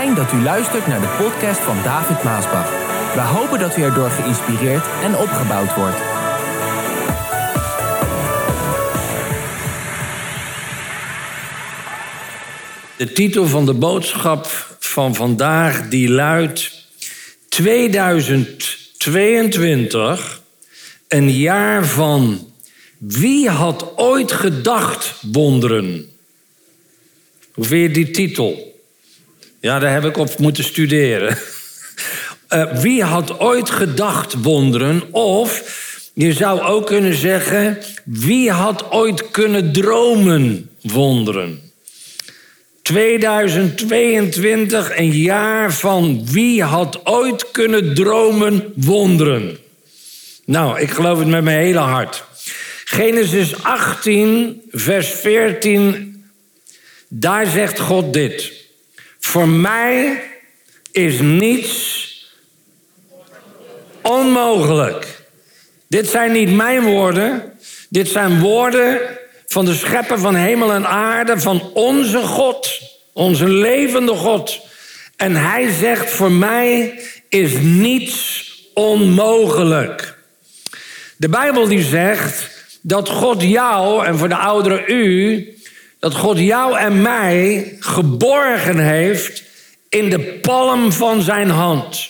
Fijn dat u luistert naar de podcast van David Maasbach. We hopen dat u erdoor geïnspireerd en opgebouwd wordt. De titel van de boodschap van vandaag die luidt 2022, een jaar van wie had ooit gedacht wonderen. Hoe vind je die titel? Ja, daar heb ik op moeten studeren. Wie had ooit gedacht wonderen? Of je zou ook kunnen zeggen, wie had ooit kunnen dromen wonderen? 2022, een jaar van wie had ooit kunnen dromen wonderen. Nou, ik geloof het met mijn hele hart. Genesis 18, vers 14, daar zegt God dit. Voor mij is niets onmogelijk. Dit zijn niet mijn woorden. Dit zijn woorden van de schepper van hemel en aarde, van onze God, onze levende God. En hij zegt, voor mij is niets onmogelijk. De Bijbel die zegt dat God jou, en voor de ouderen u, dat God jou en mij geborgen heeft in de palm van zijn hand.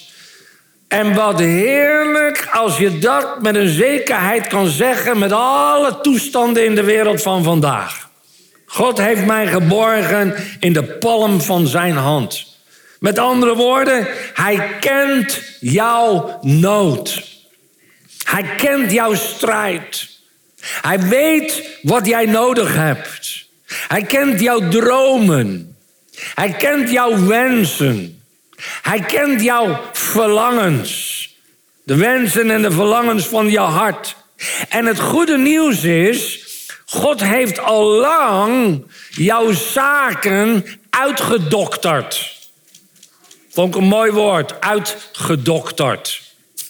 En wat heerlijk als je dat met een zekerheid kan zeggen met alle toestanden in de wereld van vandaag. God heeft mij geborgen in de palm van zijn hand. Met andere woorden, hij kent jouw nood. Hij kent jouw strijd. Hij weet wat jij nodig hebt. Hij kent jouw dromen. Hij kent jouw wensen. Hij kent jouw verlangens. De wensen en de verlangens van je hart. En het goede nieuws is, God heeft al lang jouw zaken uitgedokterd. Vond ik een mooi woord, uitgedokterd.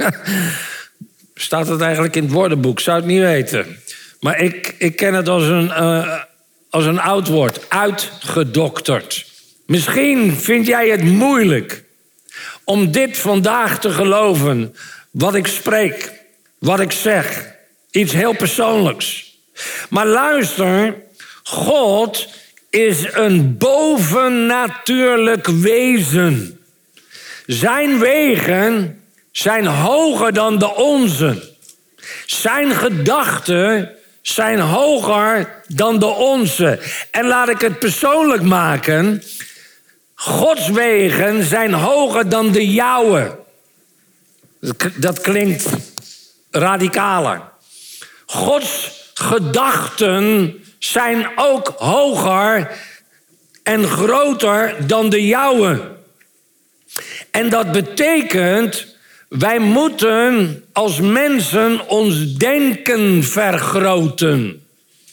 Staat het eigenlijk in het woordenboek? Zou het niet weten. Maar ik ken het als een oud woord, uitgedokterd. Misschien vind jij het moeilijk om dit vandaag te geloven, wat ik spreek, wat ik zeg. Iets heel persoonlijks. Maar luister, God is een bovennatuurlijk wezen. Zijn wegen zijn hoger dan de onze. Zijn gedachten zijn hoger dan de onze. En laat ik het persoonlijk maken. Gods wegen zijn hoger dan de jouwe. Dat klinkt radicaler. Gods gedachten zijn ook hoger en groter dan de jouwe. En dat betekent, wij moeten als mensen ons denken vergroten.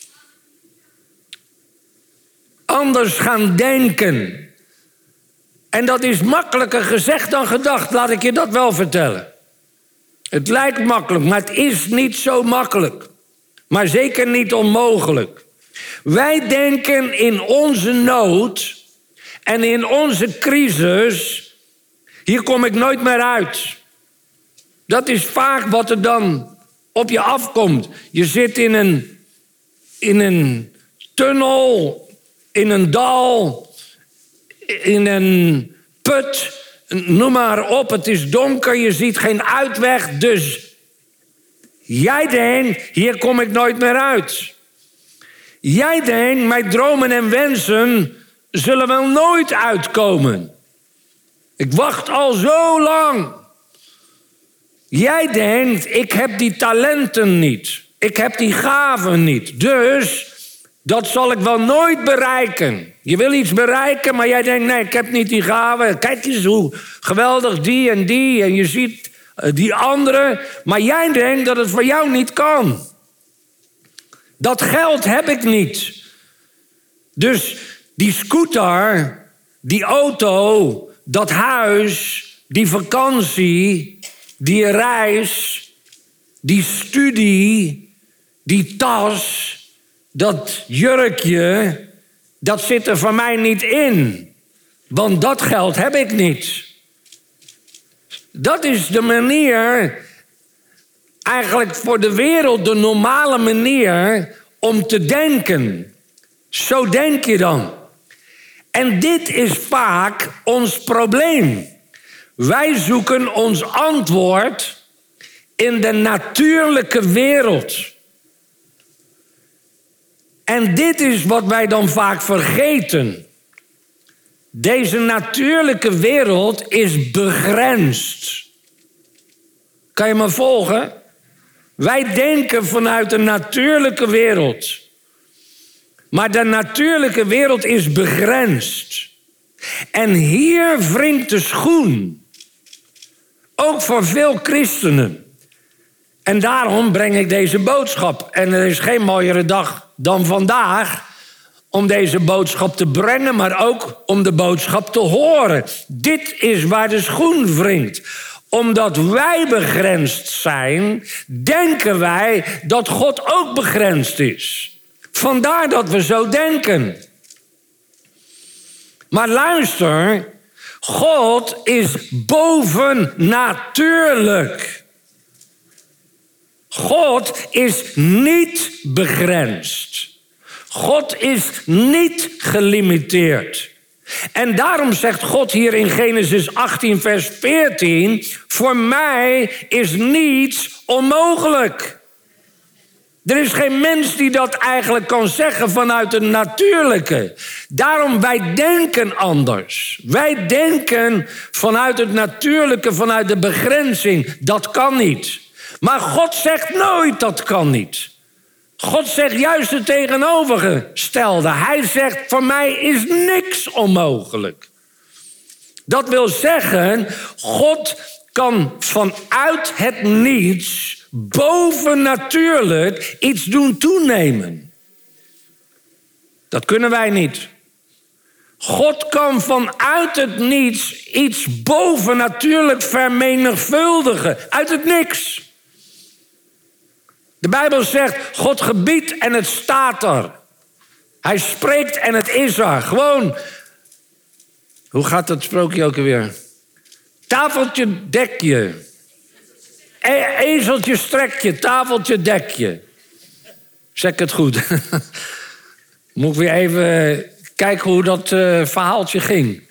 Anders gaan denken. En dat is makkelijker gezegd dan gedacht, laat ik je dat wel vertellen. Het lijkt makkelijk, maar het is niet zo makkelijk. Maar zeker niet onmogelijk. Wij denken in onze nood en in onze crisis, hier kom ik nooit meer uit. Dat is vaak wat er dan op je afkomt. Je zit in een tunnel, in een dal, in een put, noem maar op. Het is donker, je ziet geen uitweg, dus jij denkt, hier kom ik nooit meer uit. Jij denkt, mijn dromen en wensen zullen wel nooit uitkomen. Ik wacht al zo lang. Jij denkt, ik heb die talenten niet. Ik heb die gaven niet. Dus dat zal ik wel nooit bereiken. Je wil iets bereiken, maar jij denkt, nee, ik heb niet die gaven. Kijk eens hoe geweldig die en die. En je ziet die andere. Maar jij denkt dat het voor jou niet kan. Dat geld heb ik niet. Dus die scooter, die auto, dat huis, die vakantie, die reis, die studie, die tas, dat jurkje, dat zit er voor mij niet in. Want dat geld heb ik niet. Dat is de manier, eigenlijk voor de wereld de normale manier om te denken. Zo denk je dan. En dit is vaak ons probleem. Wij zoeken ons antwoord in de natuurlijke wereld. En dit is wat wij dan vaak vergeten. Deze natuurlijke wereld is begrensd. Kan je me volgen? Wij denken vanuit de natuurlijke wereld. Maar de natuurlijke wereld is begrensd. En hier wringt de schoen. Ook voor veel christenen. En daarom breng ik deze boodschap. En er is geen mooiere dag dan vandaag om deze boodschap te brengen, maar ook om de boodschap te horen. Dit is waar de schoen wringt. Omdat wij begrensd zijn, denken wij dat God ook begrensd is. Vandaar dat we zo denken. Maar luister, God is bovennatuurlijk. God is niet begrensd. God is niet gelimiteerd. En daarom zegt God hier in Genesis 18 vers 14... voor mij is niets onmogelijk. Er is geen mens die dat eigenlijk kan zeggen vanuit het natuurlijke. Daarom, wij denken anders. Wij denken vanuit het natuurlijke, vanuit de begrenzing. Dat kan niet. Maar God zegt nooit dat kan niet. God zegt juist het tegenovergestelde. Hij zegt, voor mij is niks onmogelijk. Dat wil zeggen, God kan vanuit het niets bovennatuurlijk iets doen toenemen. Dat kunnen wij niet. God kan vanuit het niets iets bovennatuurlijk vermenigvuldigen. Uit het niks. De Bijbel zegt, God gebiedt en het staat er. Hij spreekt en het is er. Gewoon, hoe gaat dat sprookje ook alweer? Tafeltje, dekje. Ezeltje, strekje, tafeltje, dekje. Zeg ik het goed? Moet ik weer even kijken hoe dat verhaaltje ging.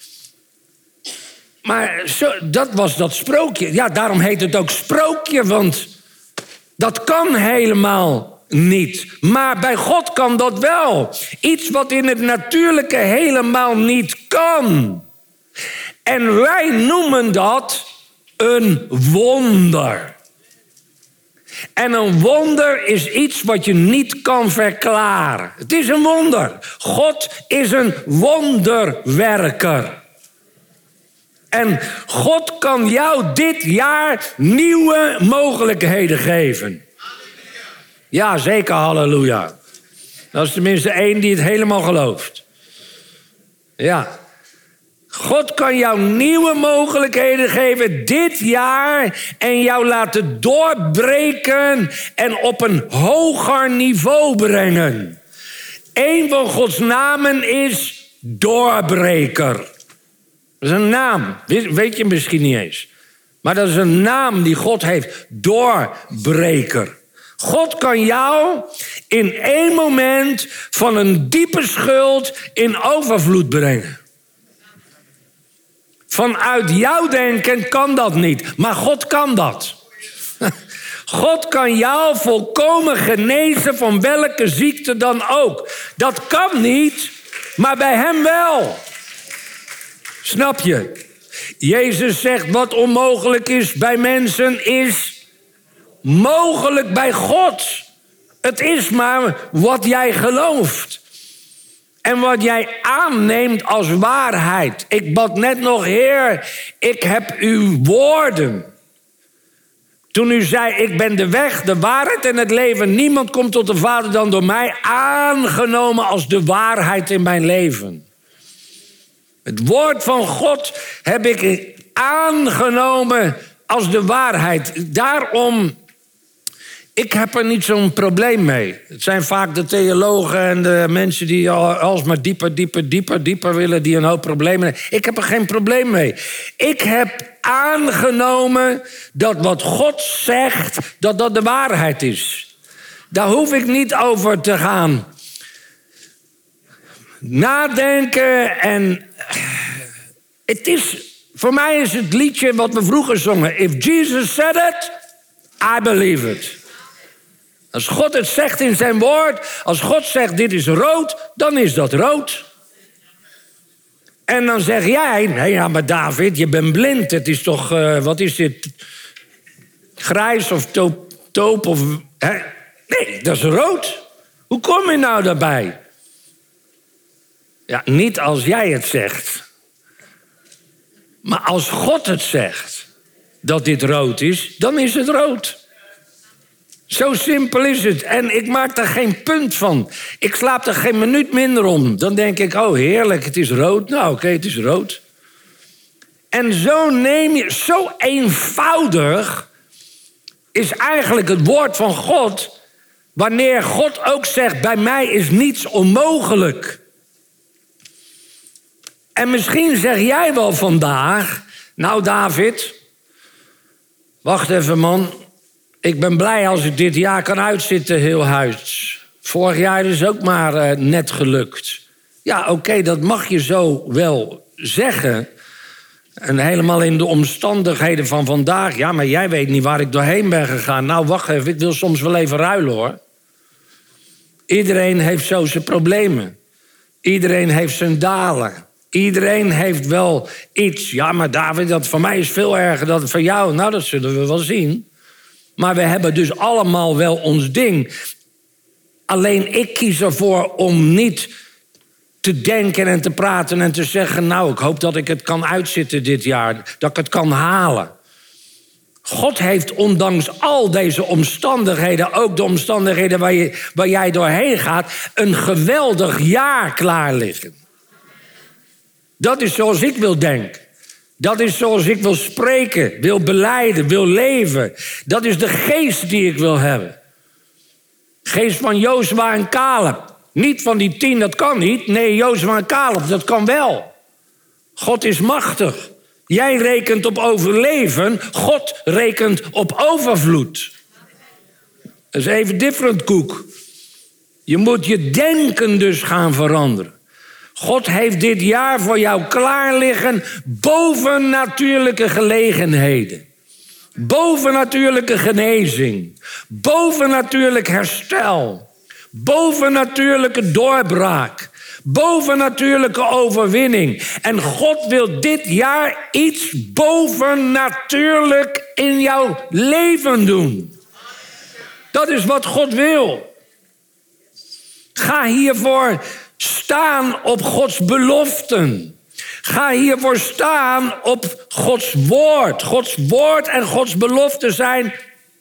Maar dat was dat sprookje. Ja, daarom heet het ook sprookje, want dat kan helemaal niet. Maar bij God kan dat wel. Iets wat in het natuurlijke helemaal niet kan. En wij noemen dat een wonder. En een wonder is iets wat je niet kan verklaren. Het is een wonder. God is een wonderwerker. En God kan jou dit jaar nieuwe mogelijkheden geven. Ja, zeker, halleluja. Dat is tenminste één die het helemaal gelooft. Ja. God kan jou nieuwe mogelijkheden geven dit jaar en jou laten doorbreken en op een hoger niveau brengen. Eén van Gods namen is doorbreker. Dat is een naam, weet je misschien niet eens. Maar dat is een naam die God heeft, doorbreker. God kan jou in één moment van een diepe schuld in overvloed brengen. Vanuit jouw denken kan dat niet, maar God kan dat. God kan jou volkomen genezen van welke ziekte dan ook. Dat kan niet, maar bij hem wel. Snap je? Jezus zegt, wat onmogelijk is bij mensen is mogelijk bij God. Het is maar wat jij gelooft. En wat jij aanneemt als waarheid. Ik bad net nog, Heer, ik heb uw woorden. Toen u zei, ik ben de weg, de waarheid en het leven. Niemand komt tot de Vader dan door mij. Aangenomen als de waarheid in mijn leven. Het woord van God heb ik aangenomen als de waarheid. Daarom Ik heb er niet zo'n probleem mee. Het zijn vaak de theologen en de mensen die alsmaar dieper willen, die een hoop problemen hebben. Ik heb er geen probleem mee. Ik heb aangenomen dat wat God zegt, dat de waarheid is. Daar hoef ik niet over te gaan nadenken. En voor mij is het liedje wat we vroeger zongen. If Jesus said it, I believe it. Als God het zegt in zijn woord, als God zegt dit is rood, dan is dat rood. En dan zeg jij, nee, ja, maar David, je bent blind. Het is toch, wat is dit? Grijs of taupe of... Hè? Nee, dat is rood. Hoe kom je nou daarbij? Ja, niet als jij het zegt. Maar als God het zegt dat dit rood is, dan is het rood. Zo simpel is het. En ik maak er geen punt van. Ik slaap er geen minuut minder om. Dan denk ik, oh heerlijk, het is rood. Nou oké, het is rood. En zo eenvoudig is eigenlijk het woord van God, wanneer God ook zegt, bij mij is niets onmogelijk. En misschien zeg jij wel vandaag, nou David, wacht even man, ik ben blij als ik dit jaar kan uitzitten heel huis. Vorig jaar is ook maar net gelukt. Ja, oké, dat mag je zo wel zeggen. En helemaal in de omstandigheden van vandaag. Ja, maar jij weet niet waar ik doorheen ben gegaan. Nou, wacht even, ik wil soms wel even ruilen hoor. Iedereen heeft zo zijn problemen. Iedereen heeft zijn dalen. Iedereen heeft wel iets. Ja, maar David, dat van mij is veel erger dan van jou. Nou, dat zullen we wel zien. Maar we hebben dus allemaal wel ons ding. Alleen ik kies ervoor om niet te denken en te praten en te zeggen, nou, ik hoop dat ik het kan uitzitten dit jaar. Dat ik het kan halen. God heeft ondanks al deze omstandigheden, ook de omstandigheden waar jij doorheen gaat, een geweldig jaar klaar liggen. Dat is zoals ik wil denken. Dat is zoals ik wil spreken, wil belijden, wil leven. Dat is de geest die ik wil hebben. Geest van Jozua en Caleb. Niet van die 10, dat kan niet. Nee, Jozua en Caleb, dat kan wel. God is machtig. Jij rekent op overleven, God rekent op overvloed. Dat is even different koek. Je moet je denken dus gaan veranderen. God heeft dit jaar voor jou klaar liggen bovennatuurlijke gelegenheden. Bovennatuurlijke genezing. Bovennatuurlijk herstel. Bovennatuurlijke doorbraak. Bovennatuurlijke overwinning. En God wil dit jaar iets bovennatuurlijk in jouw leven doen. Dat is wat God wil. Ga hiervoor staan op Gods beloften. Ga hiervoor staan op Gods woord. Gods woord en Gods beloften zijn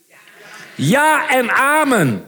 ja en amen.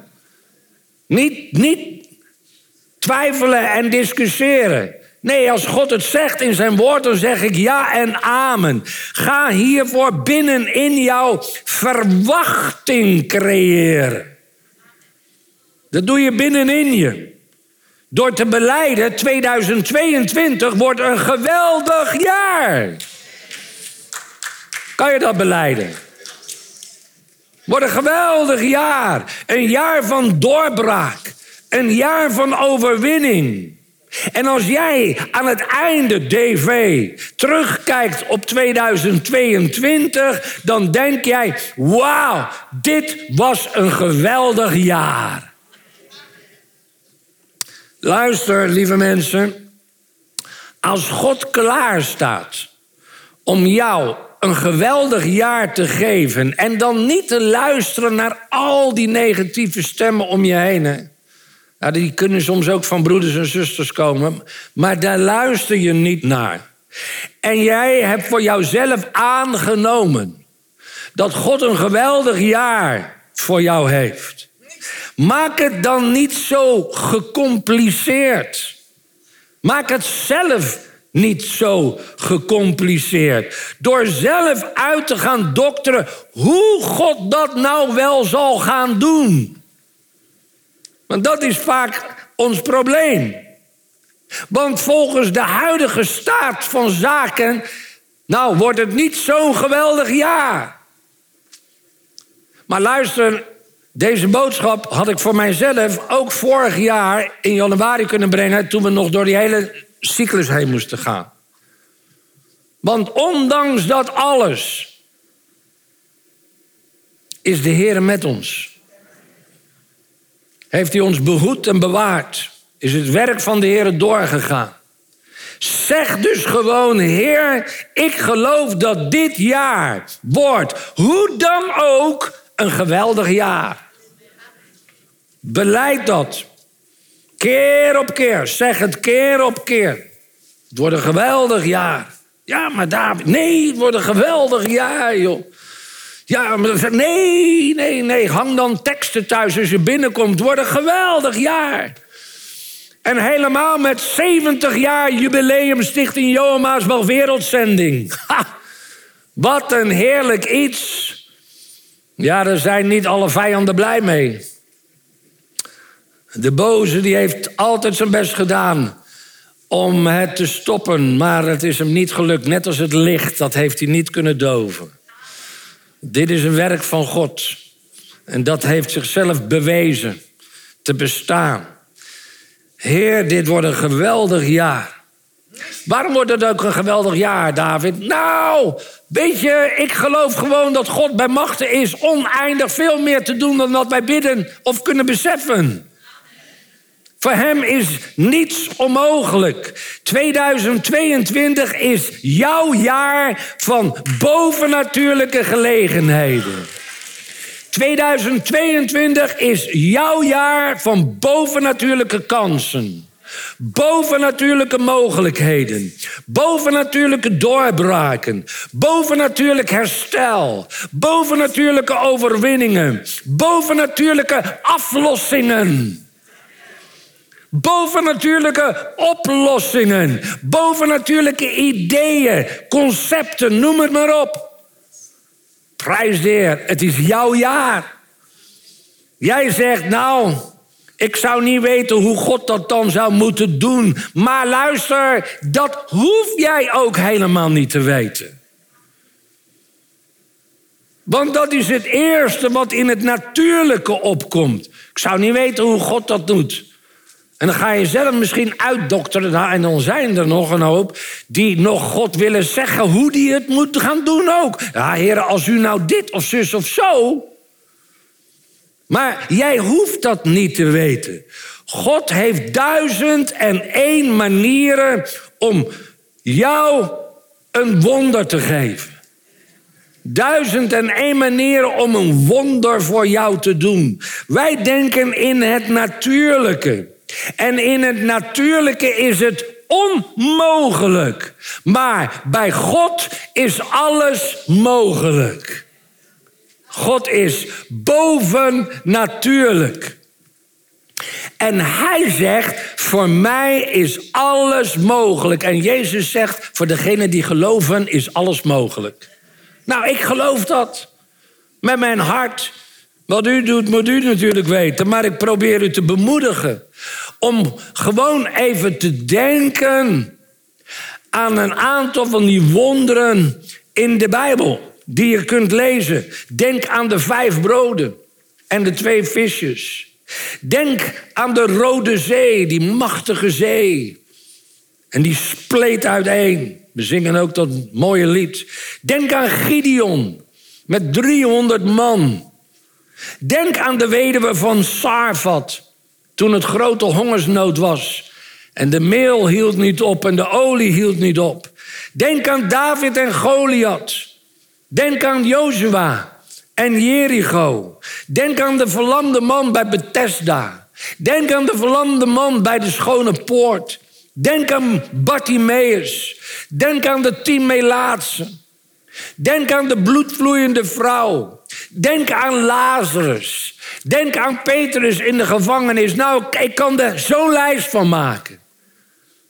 Niet twijfelen en discussiëren. Nee, als God het zegt in zijn woord, dan zeg ik ja en amen. Ga hiervoor binnenin jou verwachting creëren. Dat doe je binnenin je. Door te belijden, 2022 wordt een geweldig jaar. Kan je dat belijden? Wordt een geweldig jaar. Een jaar van doorbraak. Een jaar van overwinning. En als jij aan het einde, DV, terugkijkt op 2022... dan denk jij, wauw, dit was een geweldig jaar. Luister, lieve mensen. Als God klaar staat om jou een geweldig jaar te geven... en dan niet te luisteren naar al die negatieve stemmen om je heen... Hè? Nou, die kunnen soms ook van broeders en zusters komen... maar daar luister je niet naar. En jij hebt voor jouzelf aangenomen... dat God een geweldig jaar voor jou heeft... Maak het dan niet zo gecompliceerd. Maak het zelf niet zo gecompliceerd. Door zelf uit te gaan dokteren hoe God dat nou wel zal gaan doen. Want dat is vaak ons probleem. Want volgens de huidige staat van zaken, nou wordt het niet zo'n geweldig jaar. Maar luister, deze boodschap had ik voor mijzelf ook vorig jaar in januari kunnen brengen, toen we nog door die hele cyclus heen moesten gaan. Want ondanks dat alles is de Heer met ons. Heeft hij ons behoed en bewaard. Is het werk van de Heer doorgegaan. Zeg dus gewoon, Heer, ik geloof dat dit jaar wordt, hoe dan ook, een geweldig jaar. Beleid dat. Keer op keer. Zeg het keer op keer. Het wordt een geweldig jaar. Ja, maar David, nee, het wordt een geweldig jaar, joh. Ja, maar nee. Hang dan teksten thuis als je binnenkomt. Het wordt een geweldig jaar. En helemaal met 70 jaar jubileum Stichting Johan Maasbach Wereldzending. Ha, wat een heerlijk iets. Ja, daar zijn niet alle vijanden blij mee. De boze die heeft altijd zijn best gedaan om het te stoppen. Maar het is hem niet gelukt. Net als het licht, dat heeft hij niet kunnen doven. Dit is een werk van God. En dat heeft zichzelf bewezen te bestaan. Heer, dit wordt een geweldig jaar. Waarom wordt het ook een geweldig jaar, David? Nou, weet je, ik geloof gewoon dat God bij machten is oneindig veel meer te doen dan wat wij bidden of kunnen beseffen. Voor hem is niets onmogelijk. 2022 is jouw jaar van bovennatuurlijke gelegenheden. 2022 is jouw jaar van bovennatuurlijke kansen. Bovennatuurlijke mogelijkheden. Bovennatuurlijke doorbraken. Bovennatuurlijk herstel. Bovennatuurlijke overwinningen. Bovennatuurlijke aflossingen. Bovennatuurlijke oplossingen. Bovennatuurlijke ideeën, concepten, noem het maar op. Prijs de Heer, het is jouw jaar. Jij zegt, nou, ik zou niet weten hoe God dat dan zou moeten doen. Maar luister, dat hoef jij ook helemaal niet te weten. Want dat is het eerste wat in het natuurlijke opkomt. Ik zou niet weten hoe God dat doet. En dan ga je zelf misschien uitdokteren. En dan zijn er nog een hoop die nog God willen zeggen hoe die het moet gaan doen ook. Ja, heren, als u nou dit of zus of zo. Maar jij hoeft dat niet te weten. God heeft 1001 manieren om jou een wonder te geven. 1001 manieren om een wonder voor jou te doen. Wij denken in het natuurlijke. En in het natuurlijke is het onmogelijk. Maar bij God is alles mogelijk. God is bovennatuurlijk. En hij zegt, voor mij is alles mogelijk. En Jezus zegt, voor degenen die geloven is alles mogelijk. Nou, ik geloof dat. Met mijn hart. Wat u doet, moet u natuurlijk weten. Maar ik probeer u te bemoedigen. Om gewoon even te denken aan een aantal van die wonderen in de Bijbel. Die je kunt lezen. Denk aan de 5 broden en de 2 visjes. Denk aan de Rode Zee, die machtige zee. En die spleet uiteen. We zingen ook dat mooie lied. Denk aan Gideon met 300 man. Denk aan de weduwe van Sarfat toen het grote hongersnood was. En de meel hield niet op en de olie hield niet op. Denk aan David en Goliath. Denk aan Jozua en Jericho. Denk aan de verlamde man bij Bethesda. Denk aan de verlamde man bij de Schone Poort. Denk aan Bartimaeus. Denk aan de 10 melaatsen. Denk aan de bloedvloeiende vrouw. Denk aan Lazarus. Denk aan Petrus in de gevangenis. Nou, ik kan er zo'n lijst van maken.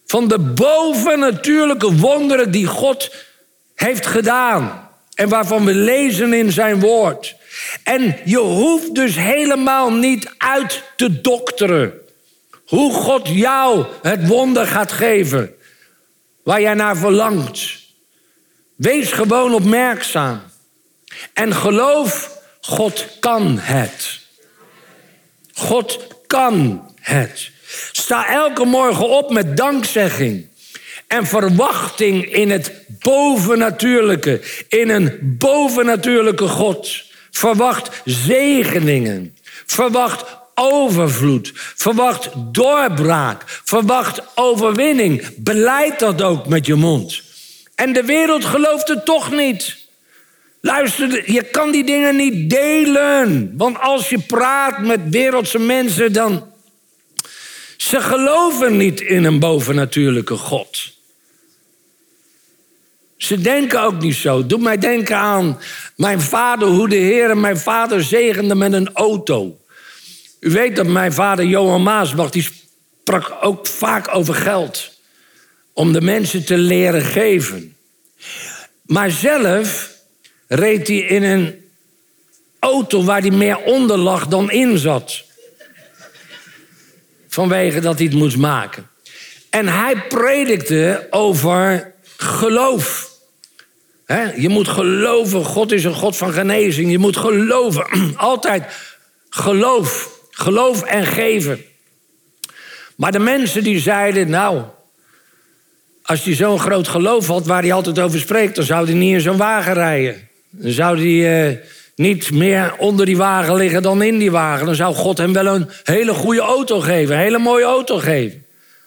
Van de bovennatuurlijke wonderen die God heeft gedaan. En waarvan we lezen in zijn woord. En je hoeft dus helemaal niet uit te dokteren hoe God jou het wonder gaat geven waar jij naar verlangt. Wees gewoon opmerkzaam. En geloof, God kan het. God kan het. Sta elke morgen op met dankzegging en verwachting in het bovennatuurlijke. In een bovennatuurlijke God. Verwacht zegeningen. Verwacht overvloed. Verwacht doorbraak. Verwacht overwinning. Beleid dat ook met je mond. En de wereld gelooft het toch niet. Luister, je kan die dingen niet delen. Want als je praat met wereldse mensen, dan... Ze geloven niet in een bovennatuurlijke God. Ze denken ook niet zo. Doe mij denken aan mijn vader, hoe de Heer mijn vader zegende met een auto. U weet dat mijn vader Johan Maasbach, die sprak ook vaak over geld. Om de mensen te leren geven. Maar zelf reed hij in een auto waar hij meer onder lag dan in zat. Vanwege dat hij het moest maken. En hij predikte over geloof. Je moet geloven, God is een God van genezing. Je moet geloven, altijd geloof. Geloof en geven. Maar de mensen die zeiden, nou, als hij zo'n groot geloof had waar hij altijd over spreekt, dan zou hij niet in zo'n wagen rijden. Dan zou hij niet meer onder die wagen liggen dan in die wagen. Dan zou God hem wel een hele goede auto geven, een hele mooie auto geven.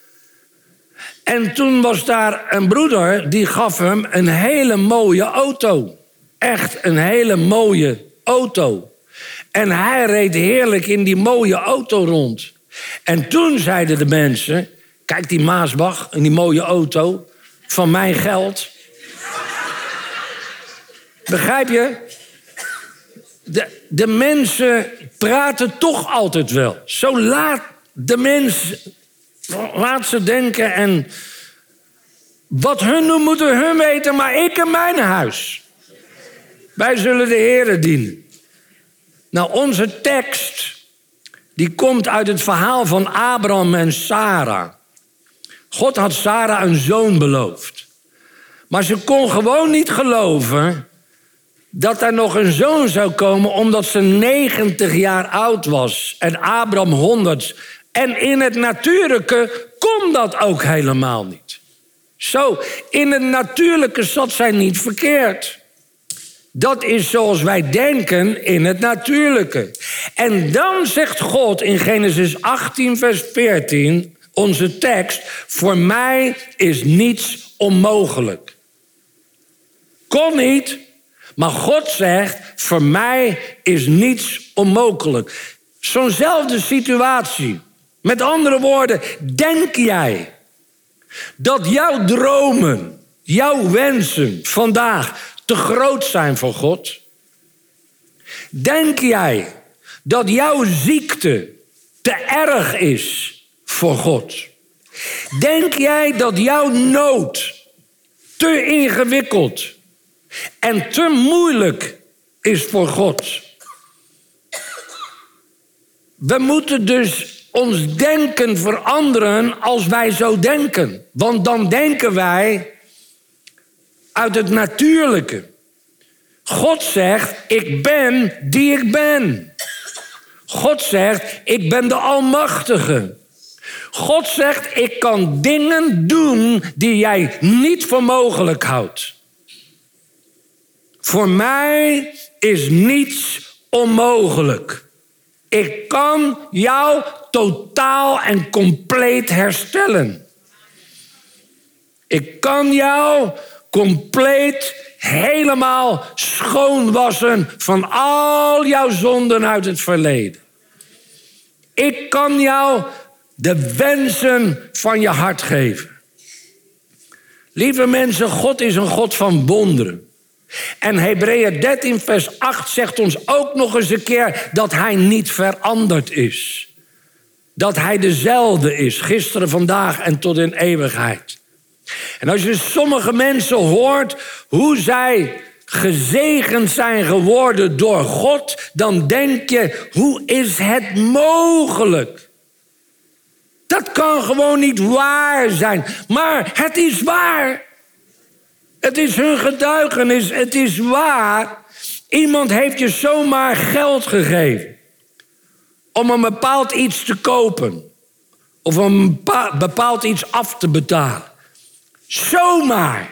En toen was daar een broeder, die gaf hem een hele mooie auto. Echt een hele mooie auto. En hij reed heerlijk in die mooie auto rond. En toen zeiden de mensen, kijk die Maasbach in die mooie auto, van mijn geld. Begrijp je? De mensen praten toch altijd wel. Zo laat de mens, laat ze denken en wat hun doen moeten hun weten, maar ik en mijn huis. Wij zullen de Heere dienen. Nou, onze tekst, die komt uit het verhaal van Abraham en Sarah. God had Sarah een zoon beloofd. Maar ze kon gewoon niet geloven dat er nog een zoon zou komen, omdat ze 90 jaar oud was en Abraham 100. En in het natuurlijke kon dat ook helemaal niet. Zo, in het natuurlijke zat zij niet verkeerd. Dat is zoals wij denken in het natuurlijke. En dan zegt God in Genesis 18 vers 14, onze tekst, voor mij is niets onmogelijk. Kon niet, maar God zegt, voor mij is niets onmogelijk. Zo'nzelfde situatie. Met andere woorden, denk jij dat jouw dromen, jouw wensen vandaag te groot zijn voor God? Denk jij dat jouw ziekte te erg is voor God? Denk jij dat jouw nood te ingewikkeld en te moeilijk is voor God? We moeten dus ons denken veranderen als wij zo denken. Want dan denken wij uit het natuurlijke. God zegt, ik ben die ik ben. God zegt, ik ben de Almachtige. God zegt, ik kan dingen doen die jij niet voor mogelijk houdt. Voor mij is niets onmogelijk. Ik kan jou totaal en compleet herstellen. Ik kan jou compleet helemaal schoonwassen van al jouw zonden uit het verleden. Ik kan jou de wensen van je hart geven. Lieve mensen, God is een God van wonderen. En Hebreeën 13 vers 8 zegt ons ook nog eens een keer dat hij niet veranderd is. dat hij dezelfde is, gisteren, vandaag en tot in eeuwigheid. En als je sommige mensen hoort hoe zij gezegend zijn geworden door God, dan denk je, hoe is het mogelijk? Dat kan gewoon niet waar zijn. Maar het is waar. Het is hun getuigenis, het is waar. Iemand heeft je zomaar geld gegeven om een bepaald iets te kopen. Of een bepaald iets af te betalen. Zomaar.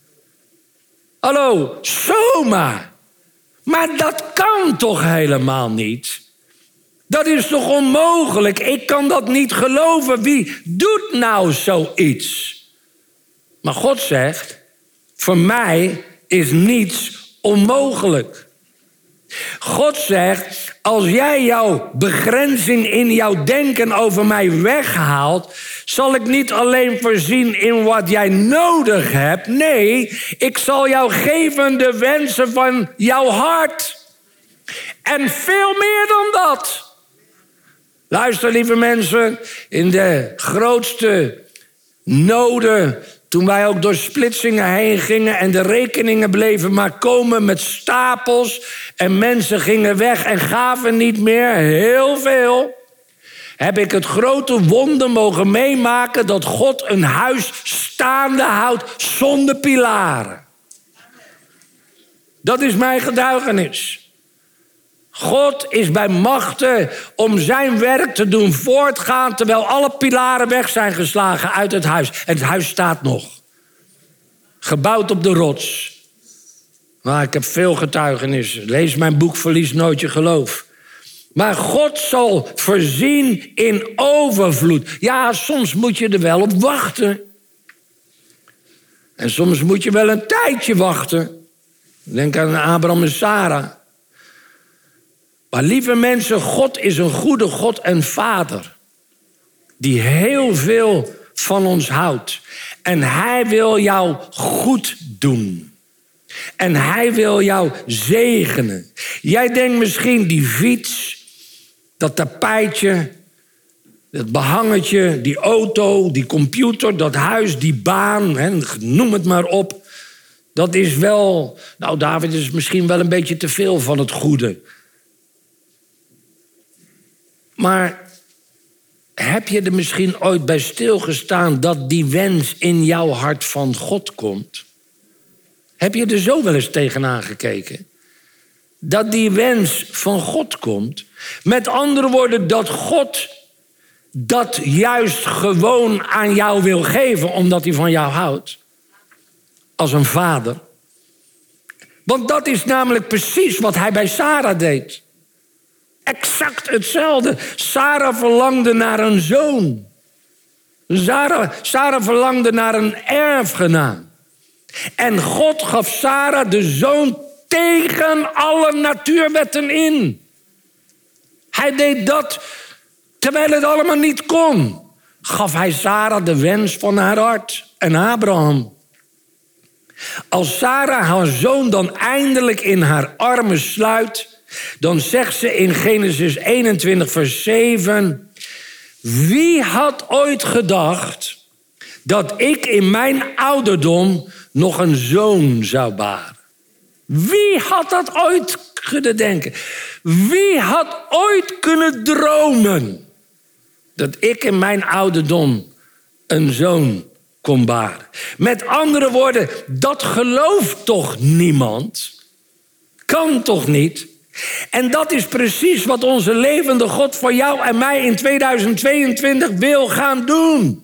Hallo, zomaar. Maar dat kan toch helemaal niet? Dat is toch onmogelijk? Ik kan dat niet geloven. Wie doet nou zoiets? Maar God zegt, voor mij is niets onmogelijk. God zegt, als jij jouw begrenzing in jouw denken over mij weghaalt, zal ik niet alleen voorzien in wat jij nodig hebt. Nee, ik zal jou geven de wensen van jouw hart. En veel meer dan dat. Luister, lieve mensen, in de grootste noden, toen wij ook door splitsingen heen gingen en de rekeningen bleven maar komen met stapels en mensen gingen weg en gaven niet meer, heel veel, heb ik het grote wonder mogen meemaken dat God een huis staande houdt zonder pilaren. Dat is mijn getuigenis. God is bij machten om zijn werk te doen voortgaan, terwijl alle pilaren weg zijn geslagen uit het huis. En het huis staat nog. Gebouwd op de rots. Maar ik heb veel getuigenissen. Lees mijn boek Verlies nooit je geloof. Maar God zal voorzien in overvloed. Ja, soms moet je er wel op wachten. En soms moet je wel een tijdje wachten. Denk aan Abraham en Sarah. Maar lieve mensen, God is een goede God en Vader. Die heel veel van ons houdt. En hij wil jou goed doen. En hij wil jou zegenen. Jij denkt misschien die fiets, dat tapijtje, dat behangetje, die auto, die computer, dat huis, die baan, noem het maar op. Dat is wel, nou David, is misschien wel een beetje te veel van het goede. Maar heb je er misschien ooit bij stilgestaan dat die wens in jouw hart van God komt? Heb je er zo wel eens tegenaan gekeken? Dat die wens van God komt. Met andere woorden, dat God dat juist gewoon aan jou wil geven, omdat hij van jou houdt. Als een vader. Want dat is namelijk precies wat hij bij Sarah deed. Exact hetzelfde. Sarah verlangde naar een zoon. Sarah verlangde naar een erfgenaam. En God gaf Sarah de zoon tegen alle natuurwetten in. Hij deed dat terwijl het allemaal niet kon. Gaf hij Sarah de wens van haar hart en Abraham. Als Sarah haar zoon dan eindelijk in haar armen sluit, dan zegt ze in Genesis 21 vers 7... Wie had ooit gedacht dat ik in mijn ouderdom nog een zoon zou baren? Wie had dat ooit kunnen denken? Wie had ooit kunnen dromen dat ik in mijn ouderdom een zoon kon baren? Met andere woorden, dat gelooft toch niemand? Kan toch niet? En dat is precies wat onze levende God voor jou en mij in 2022 wil gaan doen.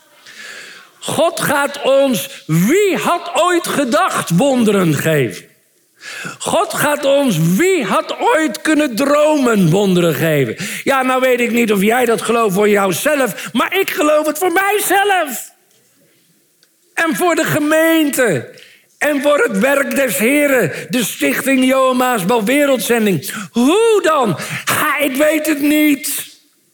God gaat ons, wie had ooit gedacht, wonderen geven. God gaat ons, wie had ooit kunnen dromen, wonderen geven. Ja, nou weet ik niet of jij dat gelooft voor jouzelf, maar ik geloof het voor mijzelf. En voor de gemeente. En voor het werk des Heren, de stichting Johan Maasbach Wereldzending. Hoe dan? Ik weet het niet.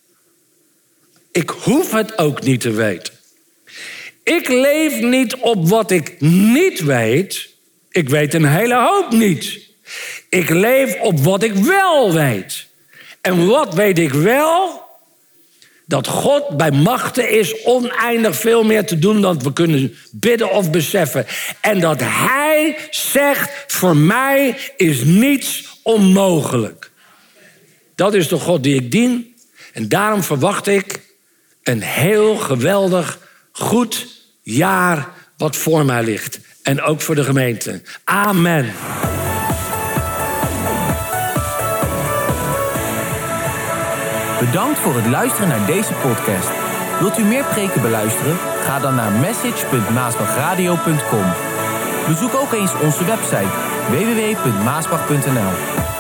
Ik hoef het ook niet te weten. Ik leef niet op wat ik niet weet. Ik weet een hele hoop niet. Ik leef op wat ik wel weet. En wat weet ik wel? dat God bij machten is oneindig veel meer te doen dan we kunnen bidden of beseffen. En dat hij zegt, voor mij is niets onmogelijk. Dat is de God die ik dien. En daarom verwacht ik een heel geweldig, goed jaar wat voor mij ligt. En ook voor de gemeente. Amen. Bedankt voor het luisteren naar deze podcast. Wilt u meer preken beluisteren? Ga dan naar message.maasbachradio.com. Bezoek ook eens onze website www.maasbach.nl.